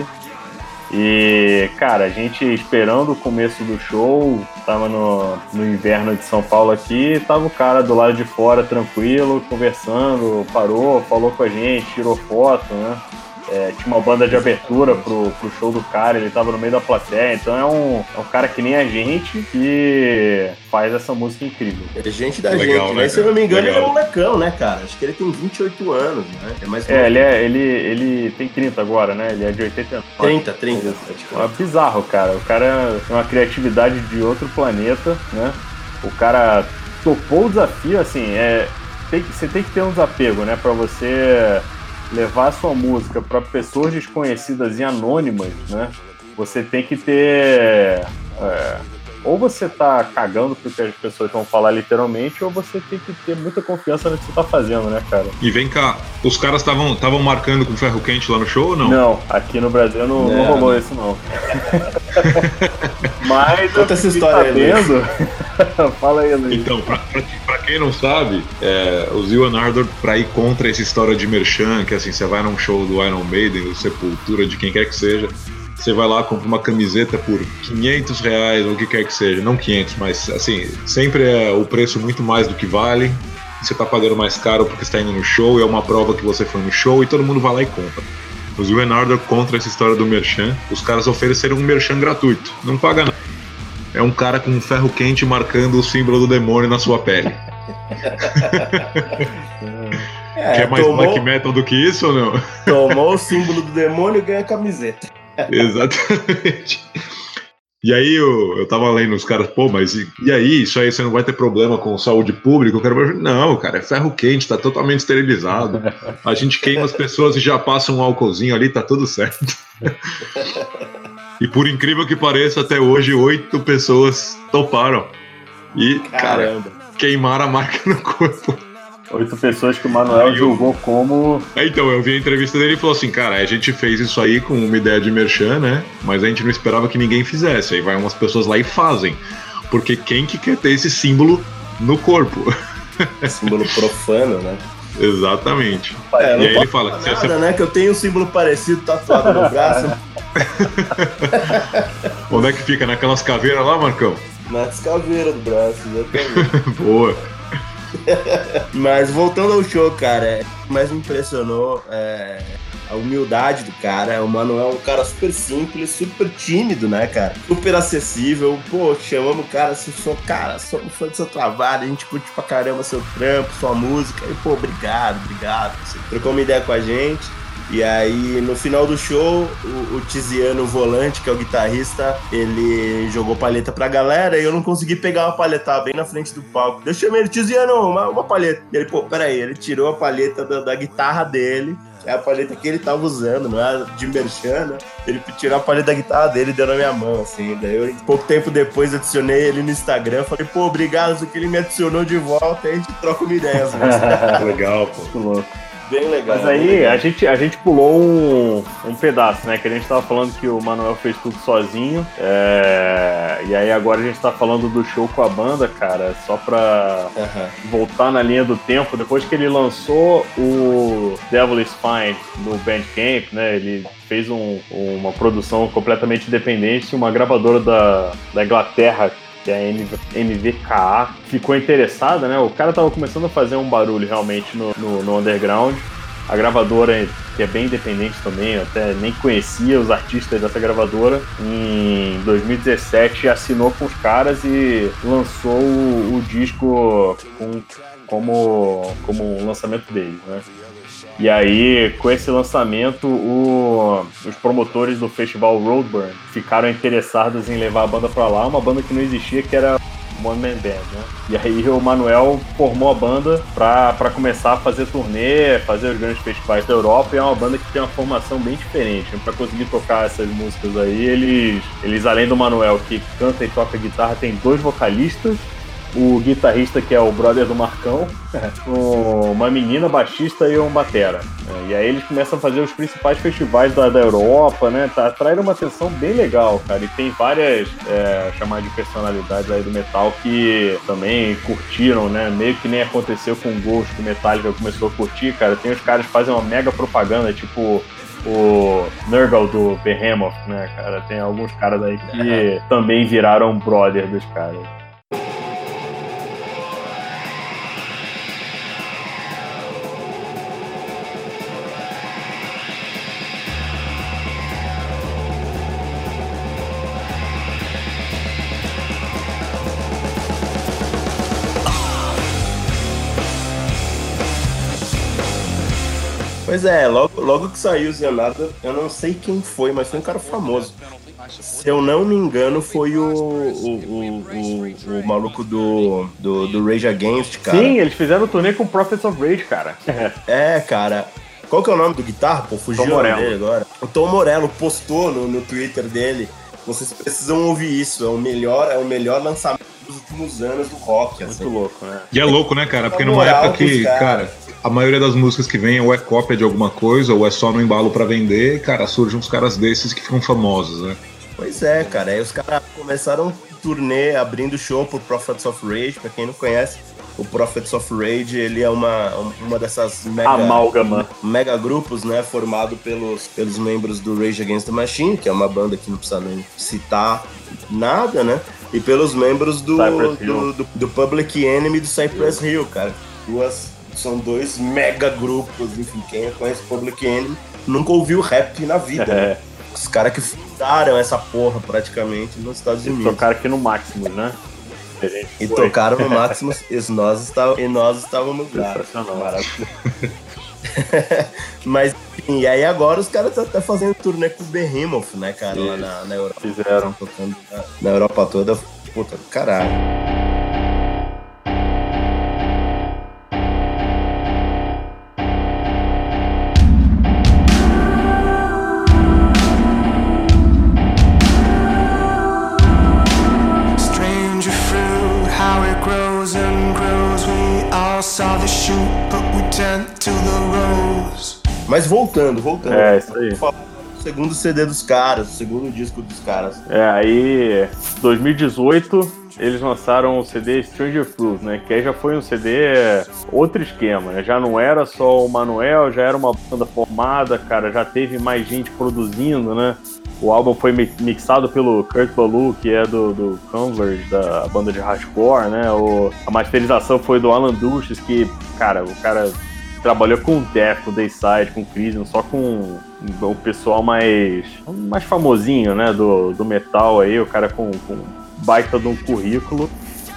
E, cara, a gente esperando o começo do show, tava no inverno de São Paulo aqui, tava o cara do lado de fora tranquilo, conversando, parou, falou com a gente, tirou foto, né? Tinha uma banda de abertura pro show do cara, ele tava no meio da plateia, então é um cara que nem a gente que faz essa música incrível. É gente da legal, gente, né? Se eu não me engano, legal. Ele é molecão, né, cara? Acho que ele tem 28 anos, né? É mais ele tem 30 agora, né? Ele é de 89. 30. É bizarro, cara. O cara tem uma criatividade de outro planeta, né? O cara topou o desafio, assim, você tem que ter um desapego, né? Pra você levar a sua música para pessoas desconhecidas e anônimas, né? Você tem que ter... ou você tá cagando porque as pessoas vão falar literalmente, ou você tem que ter muita confiança no que você tá fazendo, né, cara? E vem cá, os caras estavam marcando com ferro quente lá no show ou não? Não, aqui no Brasil não rolou isso, não. Mas conta essa história aí, Luiz. Fala aí, Luiz. Então, pra quem não sabe, o Zillion Ardor, pra ir contra essa história de merchan, que assim, você vai num show do Iron Maiden, do Sepultura, de quem quer que seja, você vai lá, compra uma camiseta por R$500 ou o que quer que seja, não 500, mas assim, sempre é o preço muito mais do que vale, você tá pagando mais caro porque você tá indo no show, é uma prova que você foi no show e todo mundo vai lá e compra. O Zillion Ardor contra essa história do merchan, os caras ofereceram um merchan gratuito, não paga nada. É um cara com um ferro quente marcando o símbolo do demônio na sua pele. Quer mais black metal do que isso ou não? Tomou o símbolo do demônio e ganha a camiseta. Exatamente. E aí eu tava lendo os caras, pô, mas e aí? Isso aí você não vai ter problema com saúde pública? Eu quero... Não, cara, é ferro quente, tá totalmente esterilizado. A gente queima as pessoas e já passa um álcoolzinho ali, tá tudo certo. E por incrível que pareça, até hoje 8 pessoas toparam. E, cara, queimaram a marca no corpo. 8 pessoas que o Manuel julgou como... Então, eu vi a entrevista dele e falou assim, cara, a gente fez isso aí com uma ideia de merchan, né? Mas a gente não esperava que ninguém fizesse. Aí vai umas pessoas lá e fazem. Porque quem que quer ter esse símbolo no corpo? Símbolo profano, né? Exatamente. E aí ele fala... Nada, né? Que eu tenho um símbolo parecido tatuado no braço. Onde é que fica? Naquelas caveiras lá, Marcão? Nas caveiras do braço, exatamente. Boa. Mas voltando ao show, cara, o que mais me impressionou é a humildade do cara. O Manuel é um cara super simples, super tímido, né, cara? Super acessível. Pô, chamamos o cara, assim, cara, somos fã do seu trabalho, a gente curte pra caramba seu trampo, sua música. E, pô, obrigado. Você trocou uma ideia com a gente. E aí, no final do show, o Tiziano Volante, que é o guitarrista, ele jogou palheta pra galera e eu não consegui pegar uma palheta bem na frente do palco. Eu chamei ele, Tiziano, uma palheta. E ele, pô, peraí, ele tirou a palheta da guitarra dele, é a palheta que ele tava usando, não é de merchan, né? Ele tirou a palheta da guitarra dele e deu na minha mão, assim. Daí eu, pouco tempo depois, adicionei ele no Instagram, falei, pô, obrigado, que ele me adicionou de volta e a gente troca uma ideia. Assim. Legal, pô. Muito louco. Bem legal. Mas aí a gente pulou um pedaço, né? Que a gente tava falando que o Manuel fez tudo sozinho. E aí agora a gente tá falando do show com a banda, cara. Só pra voltar na linha do tempo. Depois que ele lançou o Devil is Fine no Bandcamp, né? Ele fez uma produção completamente independente. Uma gravadora da Inglaterra, que é a MVKA, ficou interessada, né? O cara tava começando a fazer um barulho realmente no underground. A gravadora, que é bem independente também, eu até nem conhecia os artistas dessa gravadora, em 2017 assinou com os caras e lançou o disco como um lançamento deles, né? E aí, com esse lançamento, os promotores do festival Roadburn ficaram interessados em levar a banda pra lá, uma banda que não existia, que era One Man Band, né? E aí o Manuel formou a banda pra começar a fazer turnê, fazer os grandes festivais da Europa, e é uma banda que tem uma formação bem diferente. Pra conseguir tocar essas músicas aí, eles além do Manuel, que canta e toca guitarra, tem 2 vocalistas, o guitarrista, que é o brother do Marcão, uma menina baixista e um batera. E aí eles começam a fazer os principais festivais da Europa, né? Atraíram uma atenção bem legal, cara. E tem várias, chamar de personalidades aí do metal que também curtiram, né? Meio que nem aconteceu com o Ghost, que o Metallica começou a curtir, cara. Tem os caras que fazem uma mega propaganda, tipo o Nurgle do Behemoth, né, cara? Tem alguns caras aí que também viraram brother dos caras. Pois é, logo que saiu o Zionada, eu não sei quem foi, mas foi um cara famoso. Se eu não me engano, foi o maluco do Rage Against, cara. Sim, eles fizeram o turnê com Prophets of Rage, cara. Cara. Qual que é o nome do guitarra? Pô, fugiu o nome dele agora. O Tom Morello postou no Twitter dele. Vocês precisam ouvir isso. É o melhor lançamento dos últimos anos do rock. Assim. Muito louco, né? E é louco, né, cara? Porque numa época que, cara, a maioria das músicas que vem ou é cópia de alguma coisa ou é só no embalo pra vender, cara, surgem uns caras desses que ficam famosos, né? Pois é, cara. Aí os caras começaram um turnê abrindo show por Prophets of Rage, pra quem não conhece. o Prophets of Rage, ele é uma dessas mega grupos, né, formado pelos membros do Rage Against the Machine, que é uma banda que não precisa nem citar nada, né, e pelos membros do Public Enemy do Cypress Hill, cara. São dois mega grupos, enfim, quem conhece Public Enemy nunca ouviu rap na vida, né? Os caras que fundaram essa porra praticamente nos Estados Unidos. Tocaram aqui no Maximus, né? Tocaram no Maximus e nós estávamos lá. Maravilhoso. Mas, enfim, e aí agora os caras estão até fazendo turnê com o Behemoth, né, cara, lá na Europa. Fizeram. Tocando na Europa toda, puta do caralho. Mas voltando. Isso aí. O segundo CD dos caras, o segundo disco dos caras. Aí, 2018, eles lançaram o CD Stranger Fruit, né? Que aí já foi um CD, outro esquema, né? Já não era só o Manuel, já era uma banda formada, cara, já teve mais gente produzindo, né? O álbum foi mixado pelo Kurt Ballou, que é do Converge, da banda de hardcore, né? A masterização foi do Alan Duches, que, cara, o cara trabalhou com Death, com Dayside, com Crisium, só com o pessoal mais famosinho, né? Do metal aí, o cara com baita de um currículo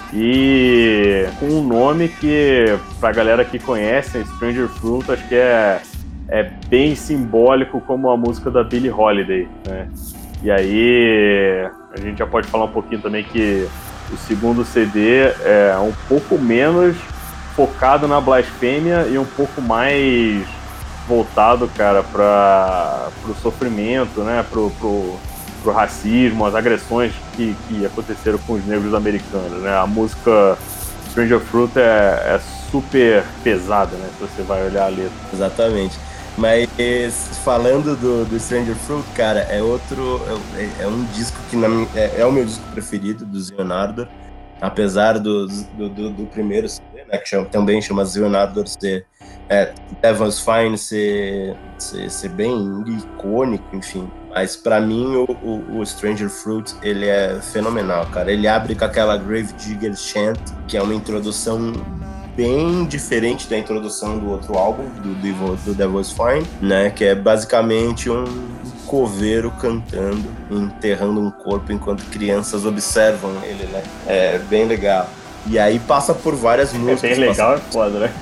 e com um nome que, pra galera que conhece, Stranger Fruit, acho que é bem simbólico como a música da Billie Holiday, né? E aí a gente já pode falar um pouquinho também que o segundo CD é um pouco menos focado na blasfêmia e um pouco mais voltado, cara, para o sofrimento, né? Pro racismo, as agressões que aconteceram com os negros americanos, né? A música Stranger Fruit é super pesada, né? Se você vai olhar a letra. Exatamente. Mas falando do Stranger Fruit, cara, é um disco que é o meu disco preferido do Leonardo, apesar do primeiro CD, né, que também chama Leonardo ser Devil's Fine ser bem icônico, enfim. Mas pra mim o Stranger Fruit, ele é fenomenal, cara. Ele abre com aquela Grave Digger Chant, que é uma introdução bem diferente da introdução do outro álbum, do Devil's Fine, né? Que é basicamente um coveiro cantando, enterrando um corpo enquanto crianças observam ele, né? É bem legal. E aí passa por várias músicas. É bem legal, é foda, né?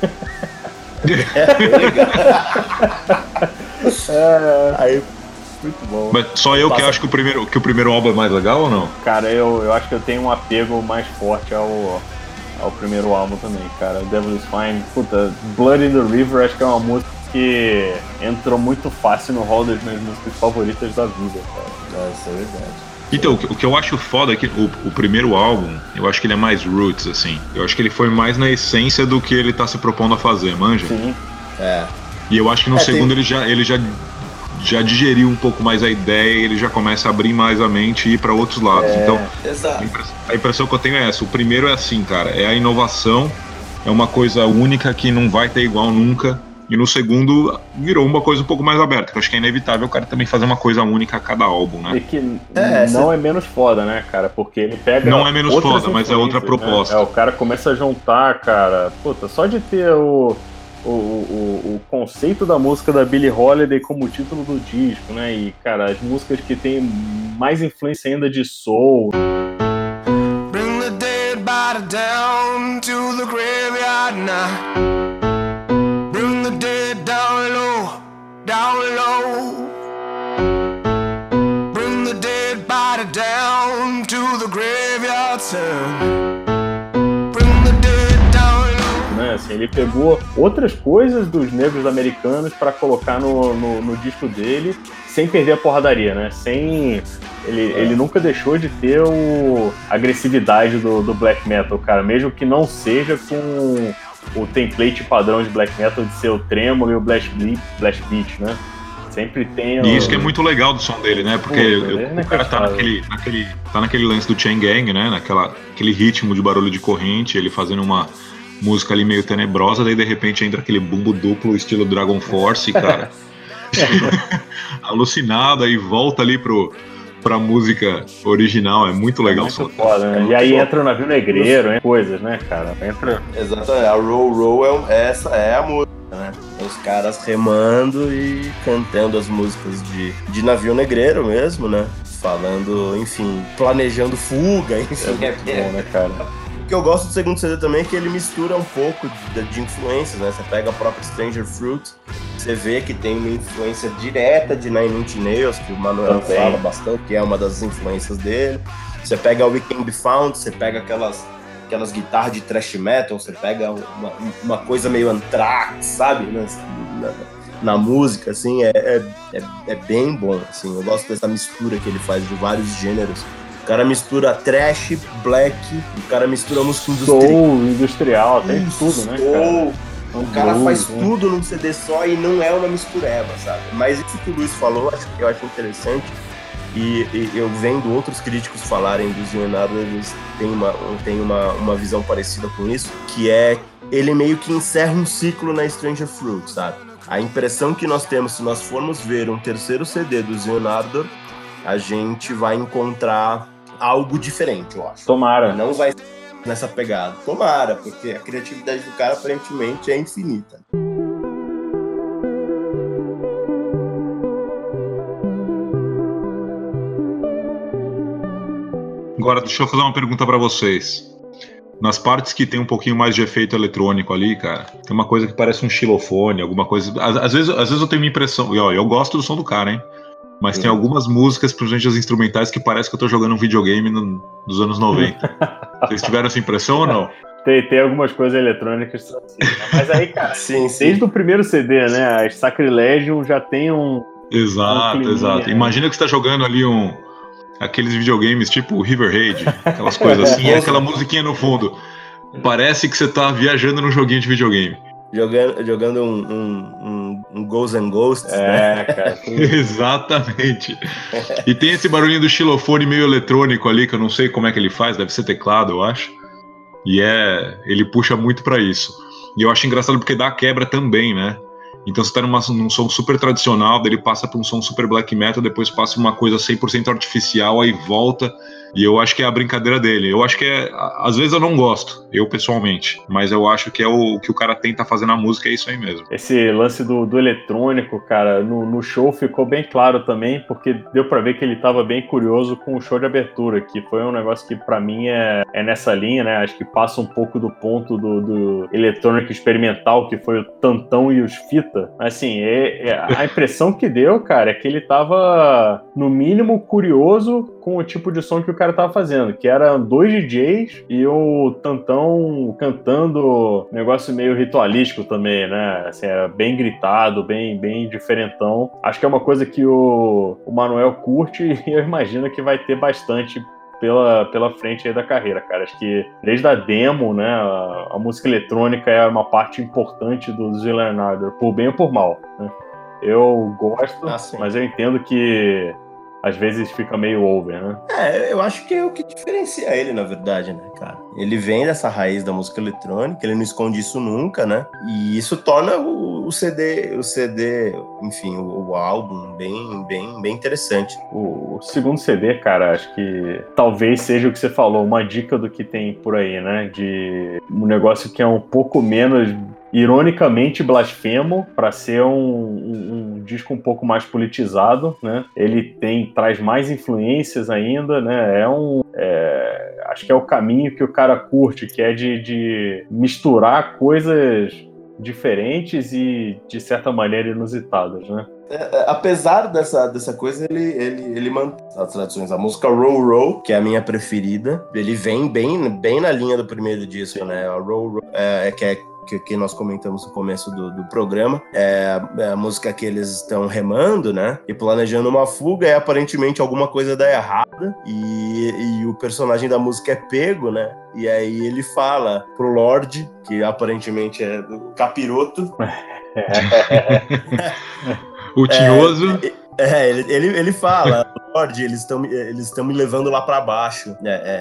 É bem legal. Aí, muito bom. Mas só eu que acho que o primeiro álbum é mais legal ou não? Cara, eu acho que eu tenho um apego mais forte ao primeiro álbum também, cara. Devil's Fine, puta, Blood in the River, acho que é uma música que entrou muito fácil no hall das minhas músicas favoritas da vida, cara. Isso é verdade. Então, o que eu acho foda é que o primeiro álbum, eu acho que ele é mais roots, assim. Eu acho que ele foi mais na essência do que ele tá se propondo a fazer, manja? Sim. E eu acho que no segundo ele já digeriu um pouco mais a ideia e ele já começa a abrir mais a mente e ir pra outros lados. Então, exato. A impressão que eu tenho é essa. O primeiro é assim, cara, é a inovação, é uma coisa única que não vai ter igual nunca. E no segundo virou uma coisa um pouco mais aberta, que eu acho que é inevitável o cara também fazer uma coisa única a cada álbum, né? E que não é menos foda, né, cara? Porque ele pega. Não é menos foda, mas é outra proposta. Né? O cara começa a juntar, cara. Puta, só de ter o conceito da música da Billie Holiday como título do disco, né? E, cara, as músicas que tem mais influência ainda de soul. Bring the dead body down to the graveyard now. Bring the dead down low, down low. Bring the dead body down to the graveyard, son. Assim, ele pegou outras coisas dos negros americanos para colocar no disco dele, sem perder a porradaria, né? Ele nunca deixou de ter a agressividade do black metal, cara, mesmo que não seja com o template padrão de black metal de ser o trêmulo e o blast beat, né? Sempre tem. E isso que é muito legal do som dele, né? Porque o cara tá naquele lance do chain gang, né? Aquele ritmo de barulho de corrente, ele fazendo uma música ali meio tenebrosa, daí de repente entra aquele bumbo duplo estilo Dragon Force, cara. Alucinado, aí volta ali pra música original, é muito legal. Muito foda, né? E aí entra o Navio Negreiro, coisas, né, cara? Exatamente, a Row Row essa é a música, né? Os caras remando e cantando as músicas de Navio Negreiro mesmo, né? Falando, enfim, planejando fuga, enfim. É bom, né, cara? O que eu gosto do segundo CD também é que ele mistura um pouco de influências, né? Você pega a própria Stranger Fruit, você vê que tem uma influência direta de Nine Inch Nails, que o Manuel fala bastante, que é uma das influências dele. Você pega o We Can Be Found, você pega aquelas guitarras de thrash metal, você pega uma coisa meio Anthrax, sabe? Na música, assim, é bem bom, assim. Eu gosto dessa mistura que ele faz de vários gêneros. O cara mistura trash, black, o cara mistura música industrial, tem tudo, né, cara? O cara faz tudo num CD só e não é uma mistureba, sabe? Mas isso que o Luiz falou, eu acho interessante. E eu vendo outros críticos falarem do Leonardo, eles têm uma visão parecida com isso, que é ele meio que encerra um ciclo na Stranger Fruit, sabe? A impressão que nós temos, se nós formos ver um terceiro CD do Leonardo, a gente vai encontrar algo diferente, eu acho. Tomara. Não vai nessa pegada. Tomara, porque a criatividade do cara aparentemente é infinita. Agora, deixa eu fazer uma pergunta pra vocês. Nas partes que tem um pouquinho mais de efeito eletrônico ali, cara, tem uma coisa que parece um xilofone, alguma coisa... Às vezes eu tenho uma impressão... Eu gosto do som do cara, hein? Mas tem algumas músicas, principalmente as instrumentais, que parece que eu tô jogando um videogame dos anos 90. Vocês tiveram essa impressão ou não? Tem algumas coisas eletrônicas assim, né? Mas aí, cara, sim. Desde o primeiro CD, né? A Sacrilegium já tem um... Exato. Né? Imagina que você tá jogando ali aqueles videogames tipo River Raid, aquelas coisas assim, e aquela musiquinha no fundo. Parece que você tá viajando num joguinho de videogame. Jogando um Ghosts and Ghosts, né? Cara. Exatamente. E tem esse barulhinho do xilofone meio eletrônico ali, que eu não sei como é que ele faz, deve ser teclado, eu acho. E ele puxa muito pra isso. E eu acho engraçado porque dá a quebra também, né? Então você tá num som super tradicional, daí ele passa pra um som super black metal, depois passa uma coisa 100% artificial, aí volta. E eu acho que é a brincadeira dele. Eu acho que às vezes eu não gosto, eu pessoalmente, mas eu acho que é o que o cara tenta fazer na música, é isso aí mesmo. Esse lance do eletrônico, cara, no show ficou bem claro também, porque deu pra ver que ele tava bem curioso com o show de abertura, que foi um negócio que pra mim é nessa linha, né? Acho que passa um pouco do ponto do eletrônico experimental, que foi o Tantão e os Fita. Assim, a impressão que deu, cara, é que ele tava, no mínimo, curioso com o tipo de som que o cara tava fazendo, que eram 2 DJs e o Tantão cantando, negócio meio ritualístico também, né? Assim, era bem gritado, bem diferentão. Acho que é uma coisa que o Manuel curte e eu imagino que vai ter bastante pela frente aí da carreira, cara. Acho que desde a demo, né, a música eletrônica é uma parte importante do Zé Leonardo, por bem ou por mal, né? Eu gosto, mas eu entendo que às vezes fica meio over, né? Eu acho que é o que diferencia ele, na verdade, né, cara? Ele vem dessa raiz da música eletrônica, ele não esconde isso nunca, né? E isso torna o CD, enfim, o álbum bem interessante. O segundo CD, cara, acho que talvez seja o que você falou, uma dica do que tem por aí, né? De um negócio que é um pouco menos ironicamente blasfemo, para ser um disco um pouco mais politizado, né? Ele traz mais influências ainda, né? Acho que é o caminho que o cara curte, que é de misturar coisas diferentes e, de certa maneira, inusitadas, né? Apesar dessa coisa, ele mantém as tradições. A música Row Row, que é a minha preferida, ele vem bem na linha do primeiro disco, né? A Row Row, que nós comentamos no começo do programa, é a música que eles estão remando, né, e planejando uma fuga, e aparentemente alguma coisa dá errada, e o personagem da música é pego, né, e aí ele fala pro Lorde, que aparentemente é o capiroto, o tinhoso, ele fala, acorde, eles estão me levando lá pra baixo.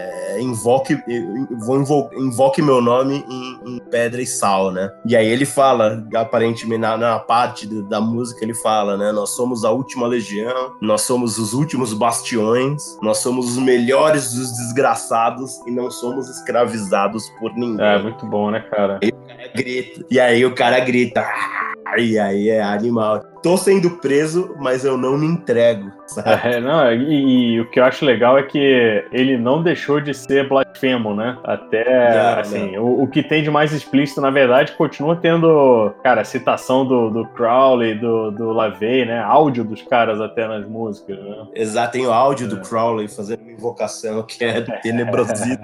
Invoque meu nome em pedra e sal, né? E aí ele fala, aparentemente na parte da música, ele fala, né? Nós somos a última legião, nós somos os últimos bastiões, nós somos os melhores dos desgraçados e não somos escravizados por ninguém. É, muito bom, né, cara? E aí o cara grita. E aí é animal. Tô sendo preso, mas eu não me entrego, sabe? E o que eu acho legal é que ele não deixou de ser blasfemo, né? Até, o que tem de mais explícito, na verdade, continua tendo, cara, citação do Crowley, do LaVey, né? Áudio dos caras até nas músicas, né? Exato, tem o áudio do Crowley fazendo uma invocação que é tenebrosíssima.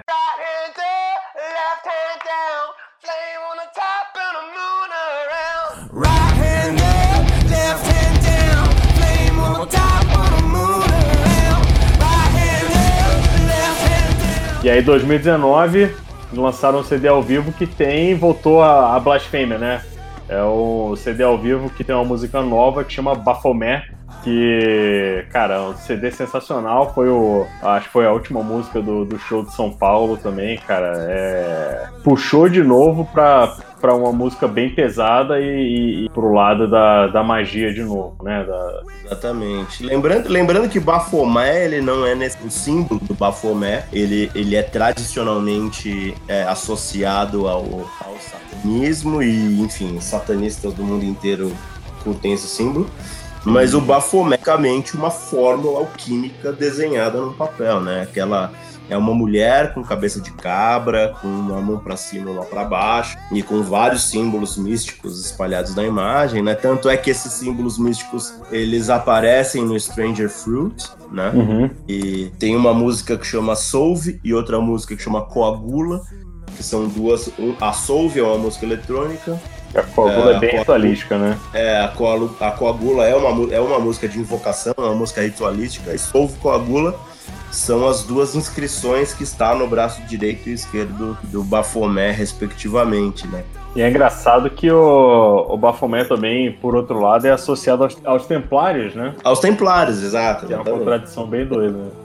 E aí, em 2019, lançaram um CD ao vivo que voltou a blasfêmia, né? É o CD ao vivo que tem uma música nova que chama Baphomet, que, cara, um CD sensacional. Acho que foi a última música do show de São Paulo também, cara. Puxou de novo pra uma música bem pesada e pro lado da magia de novo, né? Exatamente. Lembrando que Baphomet, ele não é o símbolo do Baphomet, ele é tradicionalmente associado ao satanismo e, enfim, satanistas do mundo inteiro curtem esse símbolo. Mas o Baphomet é basicamente uma fórmula alquímica desenhada no papel, né? Aquela é uma mulher com cabeça de cabra, com uma mão para cima e uma para baixo, e com vários símbolos místicos espalhados na imagem, né? Tanto é que esses símbolos místicos, eles aparecem no Stranger Fruit, né? Uhum. E tem uma música que chama Solve e outra música que chama Coagula, que são duas... A Solve é uma música eletrônica. A Coagula é bem ritualística, né? A Coagula é uma música de invocação, é uma música ritualística. E Solve e Coagula são as duas inscrições que estão no braço direito e esquerdo do Baphomet, respectivamente, né? E é engraçado que o Baphomet também, por outro lado, é associado aos Templários, né? Aos Templários, exato. É uma contradição bem doida, né?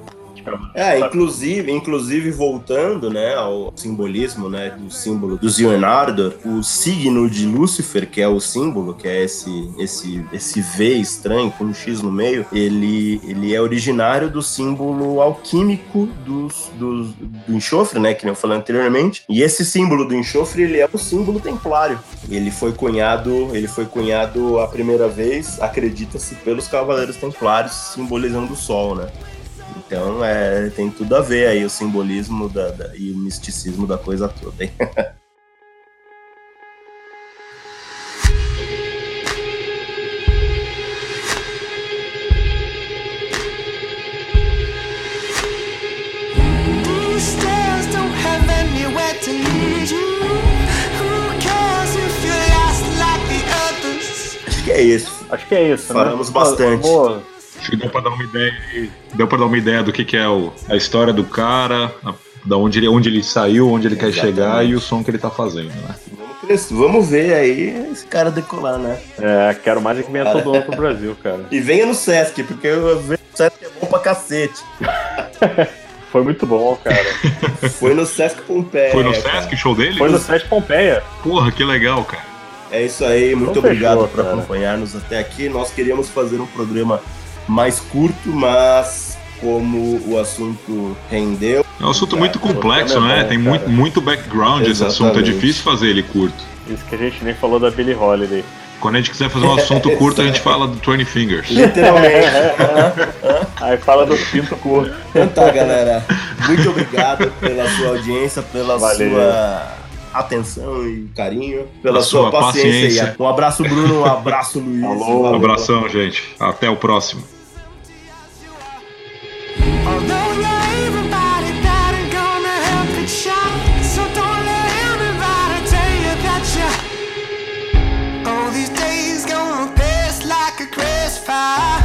Inclusive voltando, né, ao simbolismo, né, do símbolo do Leonardo, o signo de Lúcifer, que é o símbolo, que é esse V estranho com um X no meio, ele é originário do símbolo alquímico do enxofre, né, que eu falei anteriormente. E esse símbolo do enxofre, ele é o símbolo templário. Ele foi cunhado a primeira vez, acredita-se, pelos Cavaleiros Templários, simbolizando o Sol, né? Então, tem tudo a ver aí o simbolismo e o misticismo da coisa toda, hein? Acho que é isso. Falamos, né? Bastante. Acho que deu pra dar uma ideia do que é a história do cara, da onde ele saiu, onde ele quer chegar e o som que ele tá fazendo, né? Vamos ver aí esse cara decolar, né? Quero mais é que venha todo mundo pro Brasil, cara. E venha no Sesc, porque eu vejo o Sesc é bom pra cacete. Foi muito bom, cara. Foi no Sesc Pompeia. Foi no Sesc o show dele? Foi no Sesc Pompeia. Porra, que legal, cara. É isso aí, muito obrigado por acompanhar-nos até aqui. Nós queríamos fazer um programa mais curto, mas como o assunto rendeu... É um assunto muito complexo, né? Tem muito background. Exatamente. Esse assunto, é difícil fazer ele curto. Isso que a gente nem falou da Billie Holiday. Quando a gente quiser fazer um assunto curto, a gente fala do 20 Fingers. Literalmente. Aí fala do pinto curto. Então tá, galera. Muito obrigado pela sua audiência, pela sua atenção e carinho, pela sua paciência. Um abraço, Bruno. Um abraço, Luiz. Alô. Um abração, gente. Até o próximo. These days gonna pass like a crossfire.